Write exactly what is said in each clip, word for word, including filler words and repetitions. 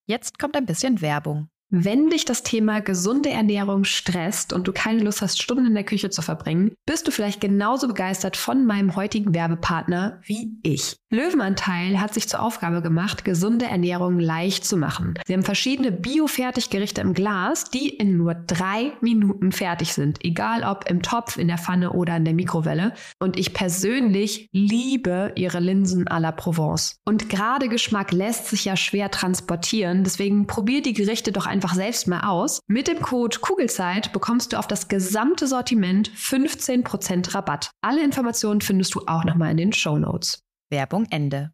Jetzt kommt ein bisschen Werbung. Wenn dich das Thema gesunde Ernährung stresst und du keine Lust hast, Stunden in der Küche zu verbringen, bist du vielleicht genauso begeistert von meinem heutigen Werbepartner wie ich. Löwenanteil hat sich zur Aufgabe gemacht, gesunde Ernährung leicht zu machen. Sie haben verschiedene Bio-Fertiggerichte im Glas, die in nur drei Minuten fertig sind, egal ob im Topf, in der Pfanne oder in der Mikrowelle. Und ich persönlich liebe ihre Linsen à la Provence. Und gerade Geschmack lässt sich ja schwer transportieren, deswegen probier die Gerichte doch einfach selbst mal aus. Mit dem Code Kugelzeit bekommst du auf das gesamte Sortiment fünfzehn Prozent Rabatt. Alle Informationen findest du auch nochmal in den Shownotes. Werbung Ende.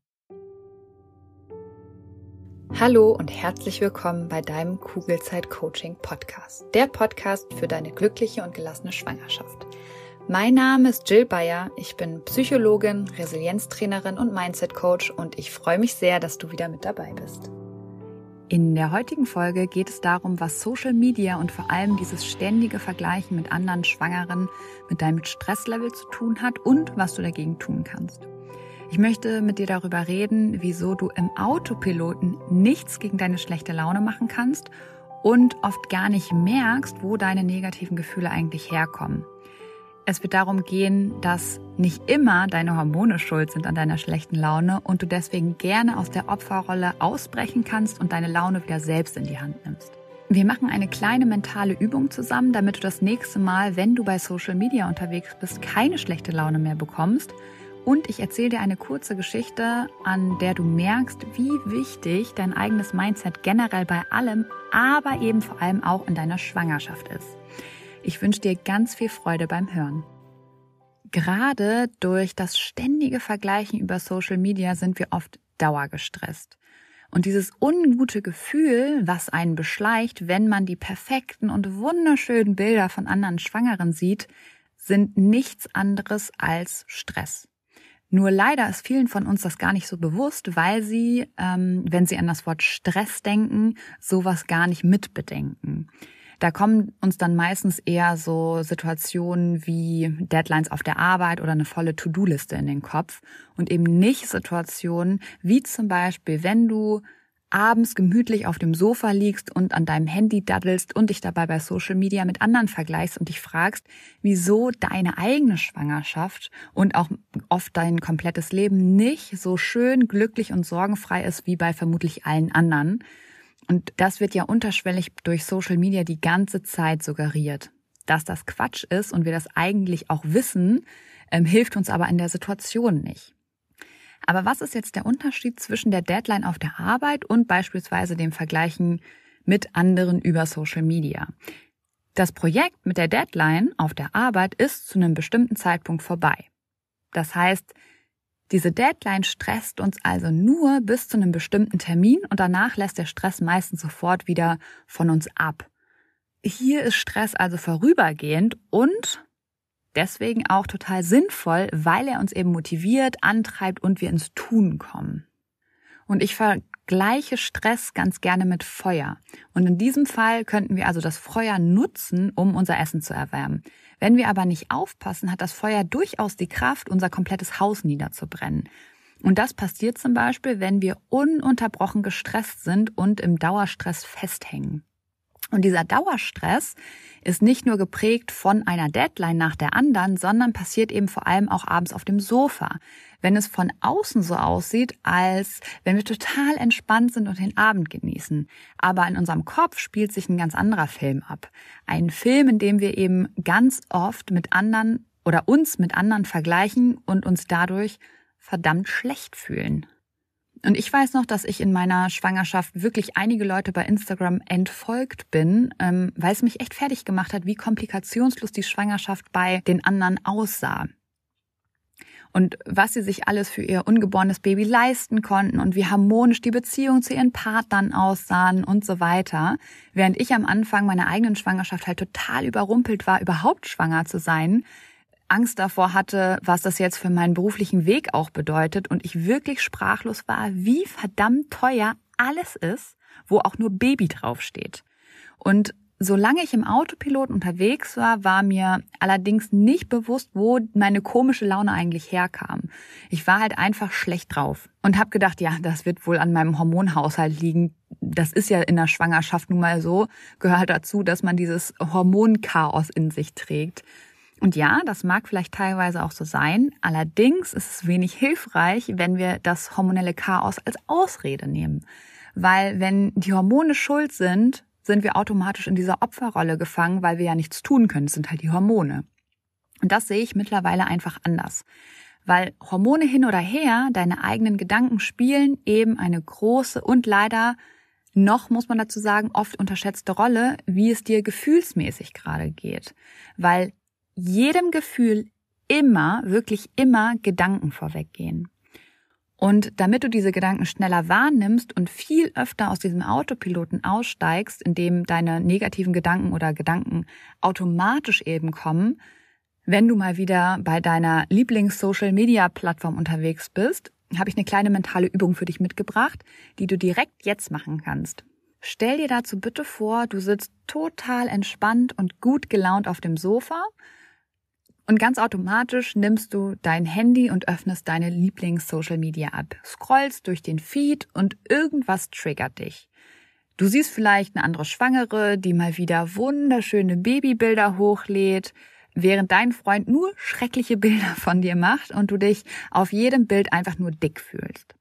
Hallo und herzlich willkommen bei deinem Kugelzeit-Coaching-Podcast. Der Podcast für deine glückliche und gelassene Schwangerschaft. Mein Name ist Jill Bayer, ich bin Psychologin, Resilienztrainerin und Mindset-Coach und ich freue mich sehr, dass du wieder mit dabei bist. In der heutigen Folge geht es darum, was Social Media und vor allem dieses ständige Vergleichen mit anderen Schwangeren mit deinem Stresslevel zu tun hat und was du dagegen tun kannst. Ich möchte mit dir darüber reden, wieso du im Autopiloten nichts gegen deine schlechte Laune machen kannst und oft gar nicht merkst, wo deine negativen Gefühle eigentlich herkommen. Es wird darum gehen, dass nicht immer deine Hormone schuld sind an deiner schlechten Laune und du deswegen gerne aus der Opferrolle ausbrechen kannst und deine Laune wieder selbst in die Hand nimmst. Wir machen eine kleine mentale Übung zusammen, damit du das nächste Mal, wenn du bei Social Media unterwegs bist, keine schlechte Laune mehr bekommst. Und ich erzähle dir eine kurze Geschichte, an der du merkst, wie wichtig dein eigenes Mindset generell bei allem, aber eben vor allem auch in deiner Schwangerschaft ist. Ich wünsche dir ganz viel Freude beim Hören. Gerade durch das ständige Vergleichen über Social Media sind wir oft dauergestresst. Und dieses ungute Gefühl, was einen beschleicht, wenn man die perfekten und wunderschönen Bilder von anderen Schwangeren sieht, sind nichts anderes als Stress. Nur leider ist vielen von uns das gar nicht so bewusst, weil sie, ähm, wenn sie an das Wort Stress denken, sowas gar nicht mitbedenken. Da kommen uns dann meistens eher so Situationen wie Deadlines auf der Arbeit oder eine volle To-Do-Liste in den Kopf und eben nicht Situationen wie zum Beispiel, wenn du abends gemütlich auf dem Sofa liegst und an deinem Handy daddelst und dich dabei bei Social Media mit anderen vergleichst und dich fragst, wieso deine eigene Schwangerschaft und auch oft dein komplettes Leben nicht so schön, glücklich und sorgenfrei ist wie bei vermutlich allen anderen. Und das wird ja unterschwellig durch Social Media die ganze Zeit suggeriert. Dass das Quatsch ist und wir das eigentlich auch wissen, ähm, hilft uns aber in der Situation nicht. Aber was ist jetzt der Unterschied zwischen der Deadline auf der Arbeit und beispielsweise dem Vergleichen mit anderen über Social Media? Das Projekt mit der Deadline auf der Arbeit ist zu einem bestimmten Zeitpunkt vorbei. Das heißt, diese Deadline stresst uns also nur bis zu einem bestimmten Termin und danach lässt der Stress meistens sofort wieder von uns ab. Hier ist Stress also vorübergehend und deswegen auch total sinnvoll, weil er uns eben motiviert, antreibt und wir ins Tun kommen. Und ich vergleiche Stress ganz gerne mit Feuer. Und in diesem Fall könnten wir also das Feuer nutzen, um unser Essen zu erwärmen. Wenn wir aber nicht aufpassen, hat das Feuer durchaus die Kraft, unser komplettes Haus niederzubrennen. Und das passiert zum Beispiel, wenn wir ununterbrochen gestresst sind und im Dauerstress festhängen. Und dieser Dauerstress ist nicht nur geprägt von einer Deadline nach der anderen, sondern passiert eben vor allem auch abends auf dem Sofa. Wenn es von außen so aussieht, als wenn wir total entspannt sind und den Abend genießen. Aber in unserem Kopf spielt sich ein ganz anderer Film ab. Ein Film, in dem wir eben ganz oft mit anderen oder uns mit anderen vergleichen und uns dadurch verdammt schlecht fühlen. Und ich weiß noch, dass ich in meiner Schwangerschaft wirklich einige Leute bei Instagram entfolgt bin, ähm, weil es mich echt fertig gemacht hat, wie komplikationslos die Schwangerschaft bei den anderen aussah. Und was sie sich alles für ihr ungeborenes Baby leisten konnten und wie harmonisch die Beziehungen zu ihren Partnern aussahen und so weiter. Während ich am Anfang meiner eigenen Schwangerschaft halt total überrumpelt war, überhaupt schwanger zu sein, Angst davor hatte, was das jetzt für meinen beruflichen Weg auch bedeutet und ich wirklich sprachlos war, wie verdammt teuer alles ist, wo auch nur Baby draufsteht. Und solange ich im Autopilot unterwegs war, war mir allerdings nicht bewusst, wo meine komische Laune eigentlich herkam. Ich war halt einfach schlecht drauf und habe gedacht, ja, das wird wohl an meinem Hormonhaushalt liegen. Das ist ja in der Schwangerschaft nun mal so, gehört dazu, dass man dieses Hormonchaos in sich trägt. Und ja, das mag vielleicht teilweise auch so sein. Allerdings ist es wenig hilfreich, wenn wir das hormonelle Chaos als Ausrede nehmen. Weil wenn die Hormone schuld sind, sind wir automatisch in dieser Opferrolle gefangen, weil wir ja nichts tun können. Das sind halt die Hormone. Und das sehe ich mittlerweile einfach anders. Weil Hormone hin oder her, deine eigenen Gedanken spielen eben eine große und leider noch, muss man dazu sagen, oft unterschätzte Rolle, wie es dir gefühlsmäßig gerade geht. Weil jedem Gefühl immer, wirklich immer Gedanken vorweggehen. Und damit du diese Gedanken schneller wahrnimmst und viel öfter aus diesem Autopiloten aussteigst, in dem deine negativen Gedanken oder Gedanken automatisch eben kommen, wenn du mal wieder bei deiner Lieblings-Social-Media-Plattform unterwegs bist, habe ich eine kleine mentale Übung für dich mitgebracht, die du direkt jetzt machen kannst. Stell dir dazu bitte vor, du sitzt total entspannt und gut gelaunt auf dem Sofa. Und ganz automatisch nimmst du dein Handy und öffnest deine Lieblings-Social-Media-App, scrollst durch den Feed und irgendwas triggert dich. Du siehst vielleicht eine andere Schwangere, die mal wieder wunderschöne Babybilder hochlädt, während dein Freund nur schreckliche Bilder von dir macht und du dich auf jedem Bild einfach nur dick fühlst.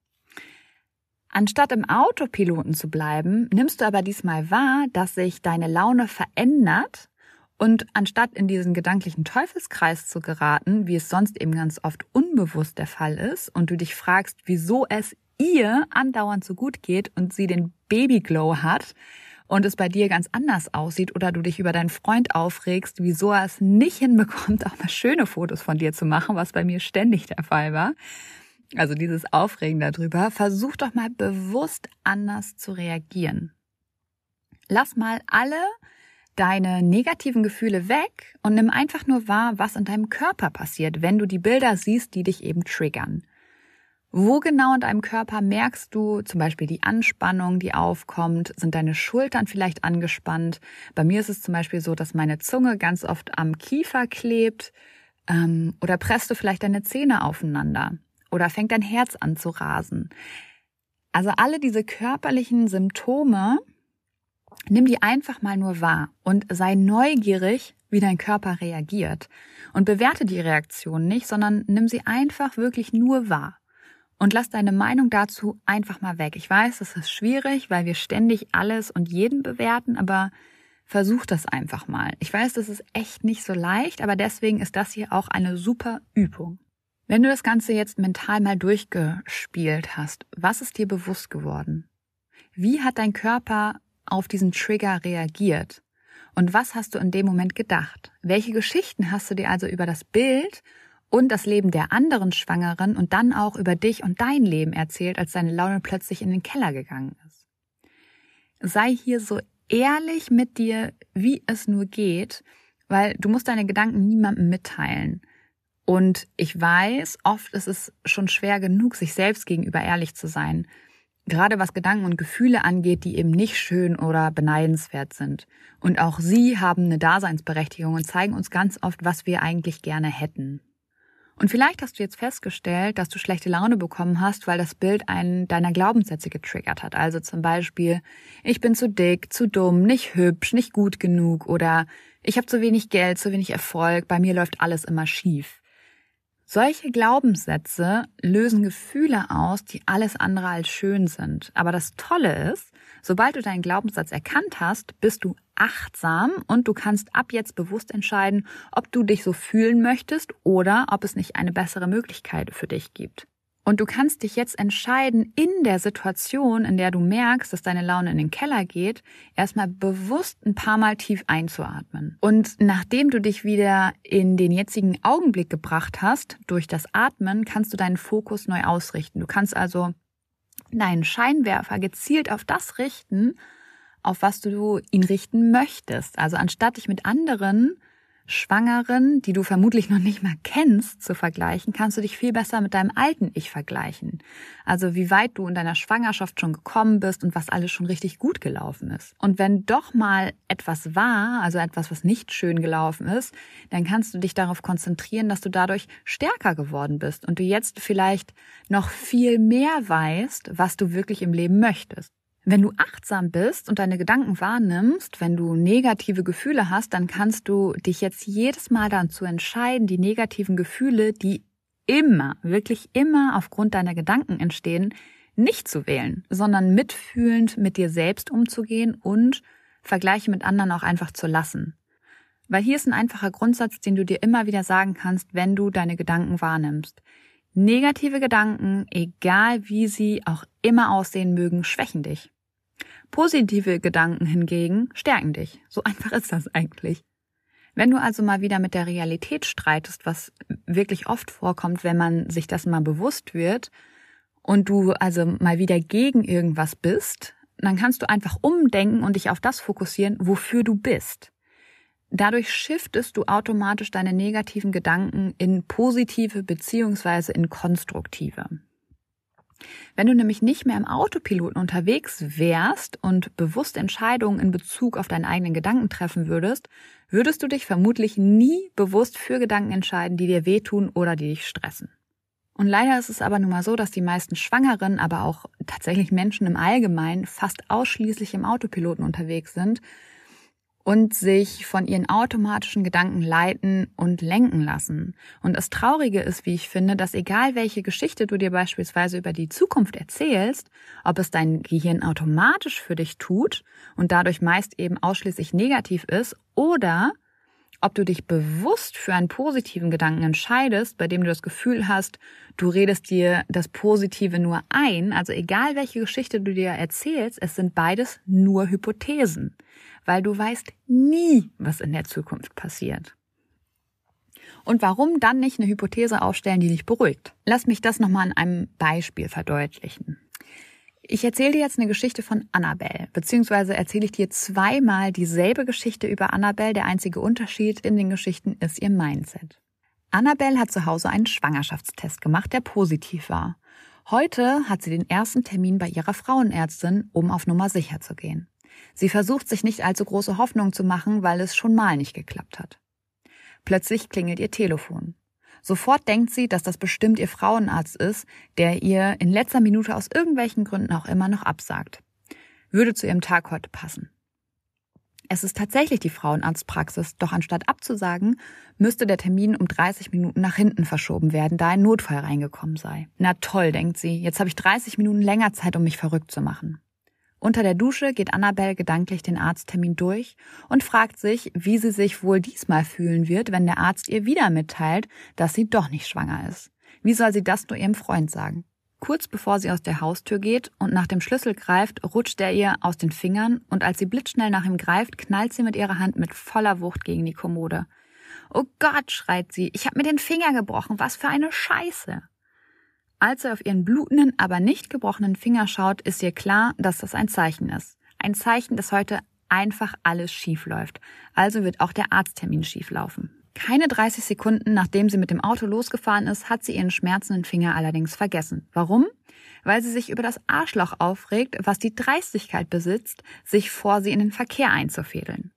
Anstatt im Autopiloten zu bleiben, nimmst du aber diesmal wahr, dass sich deine Laune verändert. Und anstatt in diesen gedanklichen Teufelskreis zu geraten, wie es sonst eben ganz oft unbewusst der Fall ist, und du dich fragst, wieso es ihr andauernd so gut geht und sie den Babyglow hat und es bei dir ganz anders aussieht, oder du dich über deinen Freund aufregst, wieso er es nicht hinbekommt, auch mal schöne Fotos von dir zu machen, was bei mir ständig der Fall war. Also dieses Aufregen darüber, versuch doch mal bewusst anders zu reagieren. Lass mal alle deine negativen Gefühle weg und nimm einfach nur wahr, was in deinem Körper passiert, wenn du die Bilder siehst, die dich eben triggern. Wo genau in deinem Körper merkst du zum Beispiel die Anspannung, die aufkommt? Sind deine Schultern vielleicht angespannt? Bei mir ist es zum Beispiel so, dass meine Zunge ganz oft am Kiefer klebt. Ähm, oder presst du vielleicht deine Zähne aufeinander? Oder fängt dein Herz an zu rasen? Also alle diese körperlichen Symptome, nimm die einfach mal nur wahr und sei neugierig, wie dein Körper reagiert. Und bewerte die Reaktion nicht, sondern nimm sie einfach wirklich nur wahr. Und lass deine Meinung dazu einfach mal weg. Ich weiß, das ist schwierig, weil wir ständig alles und jeden bewerten, aber versuch das einfach mal. Ich weiß, das ist echt nicht so leicht, aber deswegen ist das hier auch eine super Übung. Wenn du das Ganze jetzt mental mal durchgespielt hast, was ist dir bewusst geworden? Wie hat dein Körper auf diesen Trigger reagiert? Und was hast du in dem Moment gedacht? Welche Geschichten hast du dir also über das Bild und das Leben der anderen Schwangeren und dann auch über dich und dein Leben erzählt, als deine Laune plötzlich in den Keller gegangen ist? Sei hier so ehrlich mit dir, wie es nur geht, weil du musst deine Gedanken niemandem mitteilen. Und ich weiß, oft ist es schon schwer genug, sich selbst gegenüber ehrlich zu sein. Gerade was Gedanken und Gefühle angeht, die eben nicht schön oder beneidenswert sind. Und auch sie haben eine Daseinsberechtigung und zeigen uns ganz oft, was wir eigentlich gerne hätten. Und vielleicht hast du jetzt festgestellt, dass du schlechte Laune bekommen hast, weil das Bild einen deiner Glaubenssätze getriggert hat. Also zum Beispiel, ich bin zu dick, zu dumm, nicht hübsch, nicht gut genug oder ich habe zu wenig Geld, zu wenig Erfolg, bei mir läuft alles immer schief. Solche Glaubenssätze lösen Gefühle aus, die alles andere als schön sind. Aber das Tolle ist, sobald du deinen Glaubenssatz erkannt hast, bist du achtsam und du kannst ab jetzt bewusst entscheiden, ob du dich so fühlen möchtest oder ob es nicht eine bessere Möglichkeit für dich gibt. Und du kannst dich jetzt entscheiden, in der Situation, in der du merkst, dass deine Laune in den Keller geht, erstmal bewusst ein paar Mal tief einzuatmen. Und nachdem du dich wieder in den jetzigen Augenblick gebracht hast, durch das Atmen, kannst du deinen Fokus neu ausrichten. Du kannst also deinen Scheinwerfer gezielt auf das richten, auf was du ihn richten möchtest. Also anstatt dich mit anderen Schwangeren, die du vermutlich noch nicht mal kennst, zu vergleichen, kannst du dich viel besser mit deinem alten Ich vergleichen. Also wie weit du in deiner Schwangerschaft schon gekommen bist und was alles schon richtig gut gelaufen ist. Und wenn doch mal etwas war, also etwas, was nicht schön gelaufen ist, dann kannst du dich darauf konzentrieren, dass du dadurch stärker geworden bist und du jetzt vielleicht noch viel mehr weißt, was du wirklich im Leben möchtest. Wenn du achtsam bist und deine Gedanken wahrnimmst, wenn du negative Gefühle hast, dann kannst du dich jetzt jedes Mal dazu entscheiden, die negativen Gefühle, die immer, wirklich immer aufgrund deiner Gedanken entstehen, nicht zu wählen, sondern mitfühlend mit dir selbst umzugehen und Vergleiche mit anderen auch einfach zu lassen. Weil hier ist ein einfacher Grundsatz, den du dir immer wieder sagen kannst, wenn du deine Gedanken wahrnimmst. Negative Gedanken, egal wie sie auch immer aussehen mögen, schwächen dich. Positive Gedanken hingegen stärken dich. So einfach ist das eigentlich. Wenn du also mal wieder mit der Realität streitest, was wirklich oft vorkommt, wenn man sich das mal bewusst wird und du also mal wieder gegen irgendwas bist, dann kannst du einfach umdenken und dich auf das fokussieren, wofür du bist. Dadurch shiftest du automatisch deine negativen Gedanken in positive beziehungsweise in konstruktive. Wenn du nämlich nicht mehr im Autopiloten unterwegs wärst und bewusst Entscheidungen in Bezug auf deinen eigenen Gedanken treffen würdest, würdest du dich vermutlich nie bewusst für Gedanken entscheiden, die dir wehtun oder die dich stressen. Und leider ist es aber nun mal so, dass die meisten Schwangeren, aber auch tatsächlich Menschen im Allgemeinen fast ausschließlich im Autopiloten unterwegs sind und sich von ihren automatischen Gedanken leiten und lenken lassen. Und das Traurige ist, wie ich finde, dass egal welche Geschichte du dir beispielsweise über die Zukunft erzählst, ob es dein Gehirn automatisch für dich tut und dadurch meist eben ausschließlich negativ ist, oder ob du dich bewusst für einen positiven Gedanken entscheidest, bei dem du das Gefühl hast, du redest dir das Positive nur ein, also egal welche Geschichte du dir erzählst, es sind beides nur Hypothesen, weil du weißt nie, was in der Zukunft passiert. Und warum dann nicht eine Hypothese aufstellen, die dich beruhigt? Lass mich das nochmal an einem Beispiel verdeutlichen. Ich erzähle dir jetzt eine Geschichte von Annabelle, beziehungsweise erzähle ich dir zweimal dieselbe Geschichte über Annabelle. Der einzige Unterschied in den Geschichten ist ihr Mindset. Annabelle hat zu Hause einen Schwangerschaftstest gemacht, der positiv war. Heute hat sie den ersten Termin bei ihrer Frauenärztin, um auf Nummer sicher zu gehen. Sie versucht, sich nicht allzu große Hoffnung zu machen, weil es schon mal nicht geklappt hat. Plötzlich klingelt ihr Telefon. Sofort denkt sie, dass das bestimmt ihr Frauenarzt ist, der ihr in letzter Minute aus irgendwelchen Gründen auch immer noch absagt. Würde zu ihrem Tag heute passen. Es ist tatsächlich die Frauenarztpraxis, doch anstatt abzusagen, müsste der Termin um dreißig Minuten nach hinten verschoben werden, da ein Notfall reingekommen sei. Na toll, denkt sie, jetzt habe ich dreißig Minuten länger Zeit, um mich verrückt zu machen. Unter der Dusche geht Annabelle gedanklich den Arzttermin durch und fragt sich, wie sie sich wohl diesmal fühlen wird, wenn der Arzt ihr wieder mitteilt, dass sie doch nicht schwanger ist. Wie soll sie das nur ihrem Freund sagen? Kurz bevor sie aus der Haustür geht und nach dem Schlüssel greift, rutscht er ihr aus den Fingern und als sie blitzschnell nach ihm greift, knallt sie mit ihrer Hand mit voller Wucht gegen die Kommode. »Oh Gott«, schreit sie, »ich habe mir den Finger gebrochen, was für eine Scheiße!« Als er auf ihren blutenden, aber nicht gebrochenen Finger schaut, ist ihr klar, dass das ein Zeichen ist. Ein Zeichen, dass heute einfach alles schief läuft. Also wird auch der Arzttermin schief laufen. Keine dreißig Sekunden, nachdem sie mit dem Auto losgefahren ist, hat sie ihren schmerzenden Finger allerdings vergessen. Warum? Weil sie sich über das Arschloch aufregt, was die Dreistigkeit besitzt, sich vor sie in den Verkehr einzufädeln.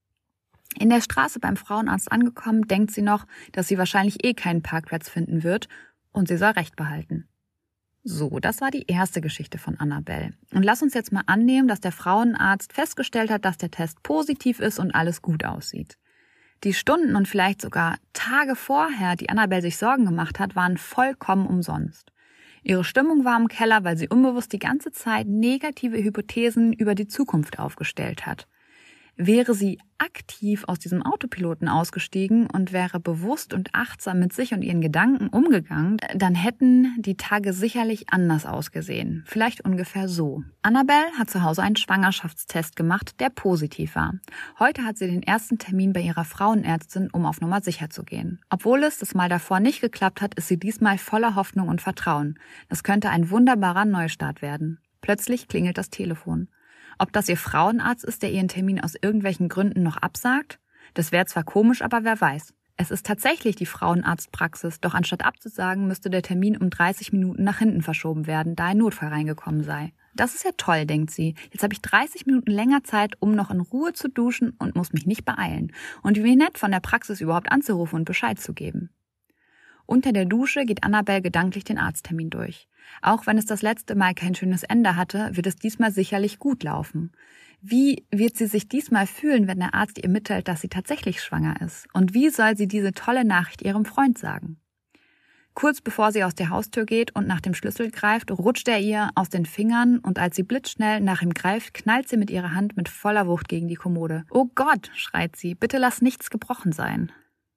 In der Straße beim Frauenarzt angekommen, denkt sie noch, dass sie wahrscheinlich eh keinen Parkplatz finden wird, und sie soll Recht behalten. So, das war die erste Geschichte von Annabelle. Und lass uns jetzt mal annehmen, dass der Frauenarzt festgestellt hat, dass der Test positiv ist und alles gut aussieht. Die Stunden und vielleicht sogar Tage vorher, die Annabelle sich Sorgen gemacht hat, waren vollkommen umsonst. Ihre Stimmung war im Keller, weil sie unbewusst die ganze Zeit negative Hypothesen über die Zukunft aufgestellt hat. Wäre sie aktiv aus diesem Autopiloten ausgestiegen und wäre bewusst und achtsam mit sich und ihren Gedanken umgegangen, dann hätten die Tage sicherlich anders ausgesehen. Vielleicht ungefähr so. Annabelle hat zu Hause einen Schwangerschaftstest gemacht, der positiv war. Heute hat sie den ersten Termin bei ihrer Frauenärztin, um auf Nummer sicher zu gehen. Obwohl es das Mal davor nicht geklappt hat, ist sie diesmal voller Hoffnung und Vertrauen. Das könnte ein wunderbarer Neustart werden. Plötzlich klingelt das Telefon. Ob das ihr Frauenarzt ist, der ihren Termin aus irgendwelchen Gründen noch absagt? Das wäre zwar komisch, aber wer weiß. Es ist tatsächlich die Frauenarztpraxis, doch anstatt abzusagen, müsste der Termin um dreißig Minuten nach hinten verschoben werden, da ein Notfall reingekommen sei. Das ist ja toll, denkt sie. Jetzt habe ich dreißig Minuten länger Zeit, um noch in Ruhe zu duschen und muss mich nicht beeilen. Und wie nett von der Praxis überhaupt anzurufen und Bescheid zu geben. Unter der Dusche geht Annabelle gedanklich den Arzttermin durch. Auch wenn es das letzte Mal kein schönes Ende hatte, wird es diesmal sicherlich gut laufen. Wie wird sie sich diesmal fühlen, wenn der Arzt ihr mitteilt, dass sie tatsächlich schwanger ist? Und wie soll sie diese tolle Nachricht ihrem Freund sagen? Kurz bevor sie aus der Haustür geht und nach dem Schlüssel greift, rutscht er ihr aus den Fingern und als sie blitzschnell nach ihm greift, knallt sie mit ihrer Hand mit voller Wucht gegen die Kommode. »Oh Gott«, schreit sie, »bitte lass nichts gebrochen sein.«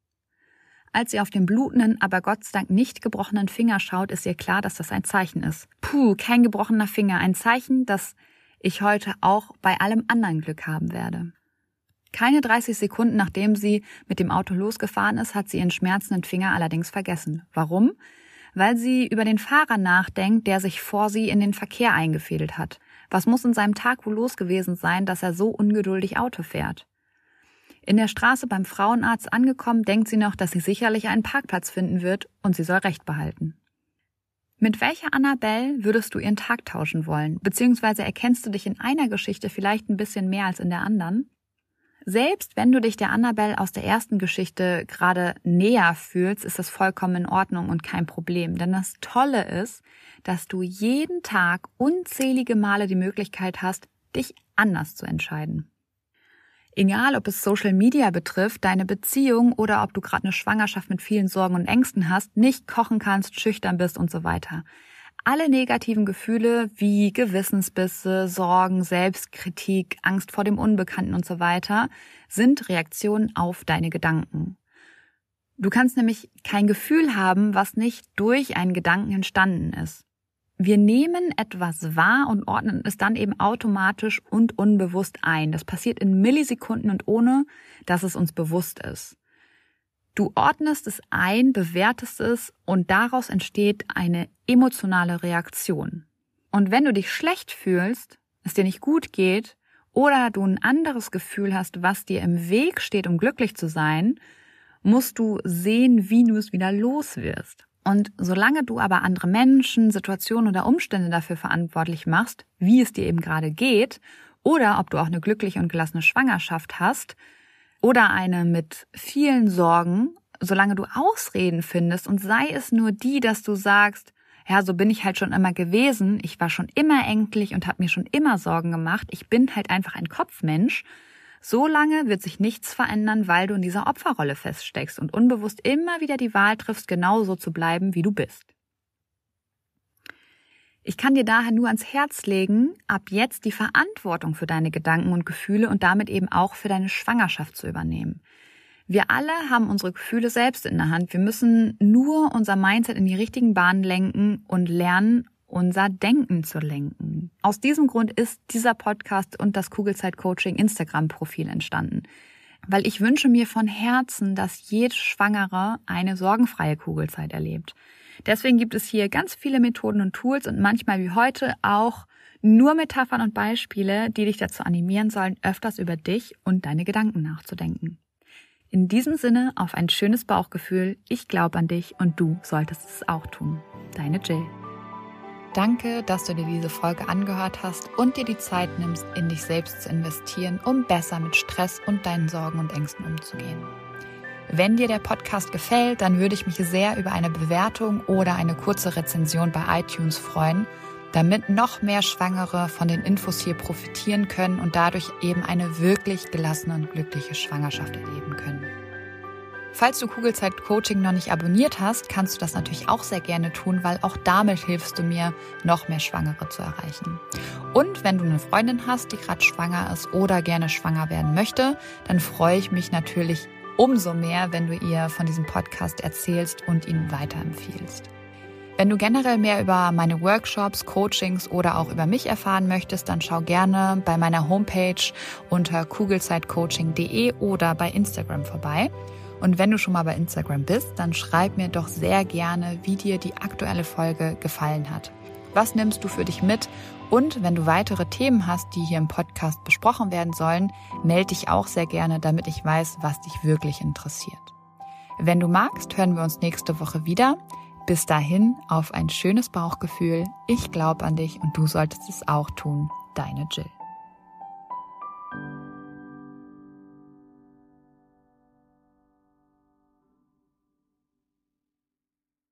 Als sie auf den blutenden, aber Gott sei Dank nicht gebrochenen Finger schaut, ist ihr klar, dass das ein Zeichen ist. Puh, kein gebrochener Finger, ein Zeichen, dass ich heute auch bei allem anderen Glück haben werde. Keine dreißig Sekunden nachdem sie mit dem Auto losgefahren ist, hat sie ihren schmerzenden Finger allerdings vergessen. Warum? Weil sie über den Fahrer nachdenkt, der sich vor sie in den Verkehr eingefädelt hat. Was muss in seinem Tag wohl los gewesen sein, dass er so ungeduldig Auto fährt? In der Straße beim Frauenarzt angekommen, denkt sie noch, dass sie sicherlich einen Parkplatz finden wird und sie soll Recht behalten. Mit welcher Annabelle würdest du ihren Tag tauschen wollen? Beziehungsweise erkennst du dich in einer Geschichte vielleicht ein bisschen mehr als in der anderen? Selbst wenn du dich der Annabelle aus der ersten Geschichte gerade näher fühlst, ist das vollkommen in Ordnung und kein Problem. Denn das Tolle ist, dass du jeden Tag unzählige Male die Möglichkeit hast, dich anders zu entscheiden. Egal, ob es Social Media betrifft, deine Beziehung oder ob du gerade eine Schwangerschaft mit vielen Sorgen und Ängsten hast, nicht kochen kannst, schüchtern bist und so weiter. Alle negativen Gefühle wie Gewissensbisse, Sorgen, Selbstkritik, Angst vor dem Unbekannten und so weiter sind Reaktionen auf deine Gedanken. Du kannst nämlich kein Gefühl haben, was nicht durch einen Gedanken entstanden ist. Wir nehmen etwas wahr und ordnen es dann eben automatisch und unbewusst ein. Das passiert in Millisekunden und ohne, dass es uns bewusst ist. Du ordnest es ein, bewertest es und daraus entsteht eine emotionale Reaktion. Und wenn du dich schlecht fühlst, es dir nicht gut geht oder du ein anderes Gefühl hast, was dir im Weg steht, um glücklich zu sein, musst du sehen, wie du es wieder los wirst. Und solange du aber andere Menschen, Situationen oder Umstände dafür verantwortlich machst, wie es dir eben gerade geht, oder ob du auch eine glückliche und gelassene Schwangerschaft hast, oder eine mit vielen Sorgen, solange du Ausreden findest und sei es nur die, dass du sagst, ja, so bin ich halt schon immer gewesen, ich war schon immer ängstlich und habe mir schon immer Sorgen gemacht, ich bin halt einfach ein Kopfmensch, so lange wird sich nichts verändern, weil du in dieser Opferrolle feststeckst und unbewusst immer wieder die Wahl triffst, genauso zu bleiben, wie du bist. Ich kann dir daher nur ans Herz legen, ab jetzt die Verantwortung für deine Gedanken und Gefühle und damit eben auch für deine Schwangerschaft zu übernehmen. Wir alle haben unsere Gefühle selbst in der Hand. Wir müssen nur unser Mindset in die richtigen Bahnen lenken und lernen, unser Denken zu lenken. Aus diesem Grund ist dieser Podcast und das Kugelzeit-Coaching Instagram-Profil entstanden. Weil ich wünsche mir von Herzen, dass jede Schwangere eine sorgenfreie Kugelzeit erlebt. Deswegen gibt es hier ganz viele Methoden und Tools und manchmal wie heute auch nur Metaphern und Beispiele, die dich dazu animieren sollen, öfters über dich und deine Gedanken nachzudenken. In diesem Sinne auf ein schönes Bauchgefühl. Ich glaube an dich und du solltest es auch tun. Deine Jill. Danke, dass du dir diese Folge angehört hast und dir die Zeit nimmst, in dich selbst zu investieren, um besser mit Stress und deinen Sorgen und Ängsten umzugehen. Wenn dir der Podcast gefällt, dann würde ich mich sehr über eine Bewertung oder eine kurze Rezension bei iTunes freuen, damit noch mehr Schwangere von den Infos hier profitieren können und dadurch eben eine wirklich gelassene und glückliche Schwangerschaft erleben können. Falls du Kugelzeit-Coaching noch nicht abonniert hast, kannst du das natürlich auch sehr gerne tun, weil auch damit hilfst du mir, noch mehr Schwangere zu erreichen. Und wenn du eine Freundin hast, die gerade schwanger ist oder gerne schwanger werden möchte, dann freue ich mich natürlich umso mehr, wenn du ihr von diesem Podcast erzählst und ihn weiterempfiehlst. Wenn du generell mehr über meine Workshops, Coachings oder auch über mich erfahren möchtest, dann schau gerne bei meiner Homepage unter kugelzeitcoaching punkt de oder bei Instagram vorbei. Und wenn du schon mal bei Instagram bist, dann schreib mir doch sehr gerne, wie dir die aktuelle Folge gefallen hat. Was nimmst du für dich mit? Und wenn du weitere Themen hast, die hier im Podcast besprochen werden sollen, melde dich auch sehr gerne, damit ich weiß, was dich wirklich interessiert. Wenn du magst, hören wir uns nächste Woche wieder. Bis dahin auf ein schönes Bauchgefühl. Ich glaube an dich und du solltest es auch tun. Deine Jill.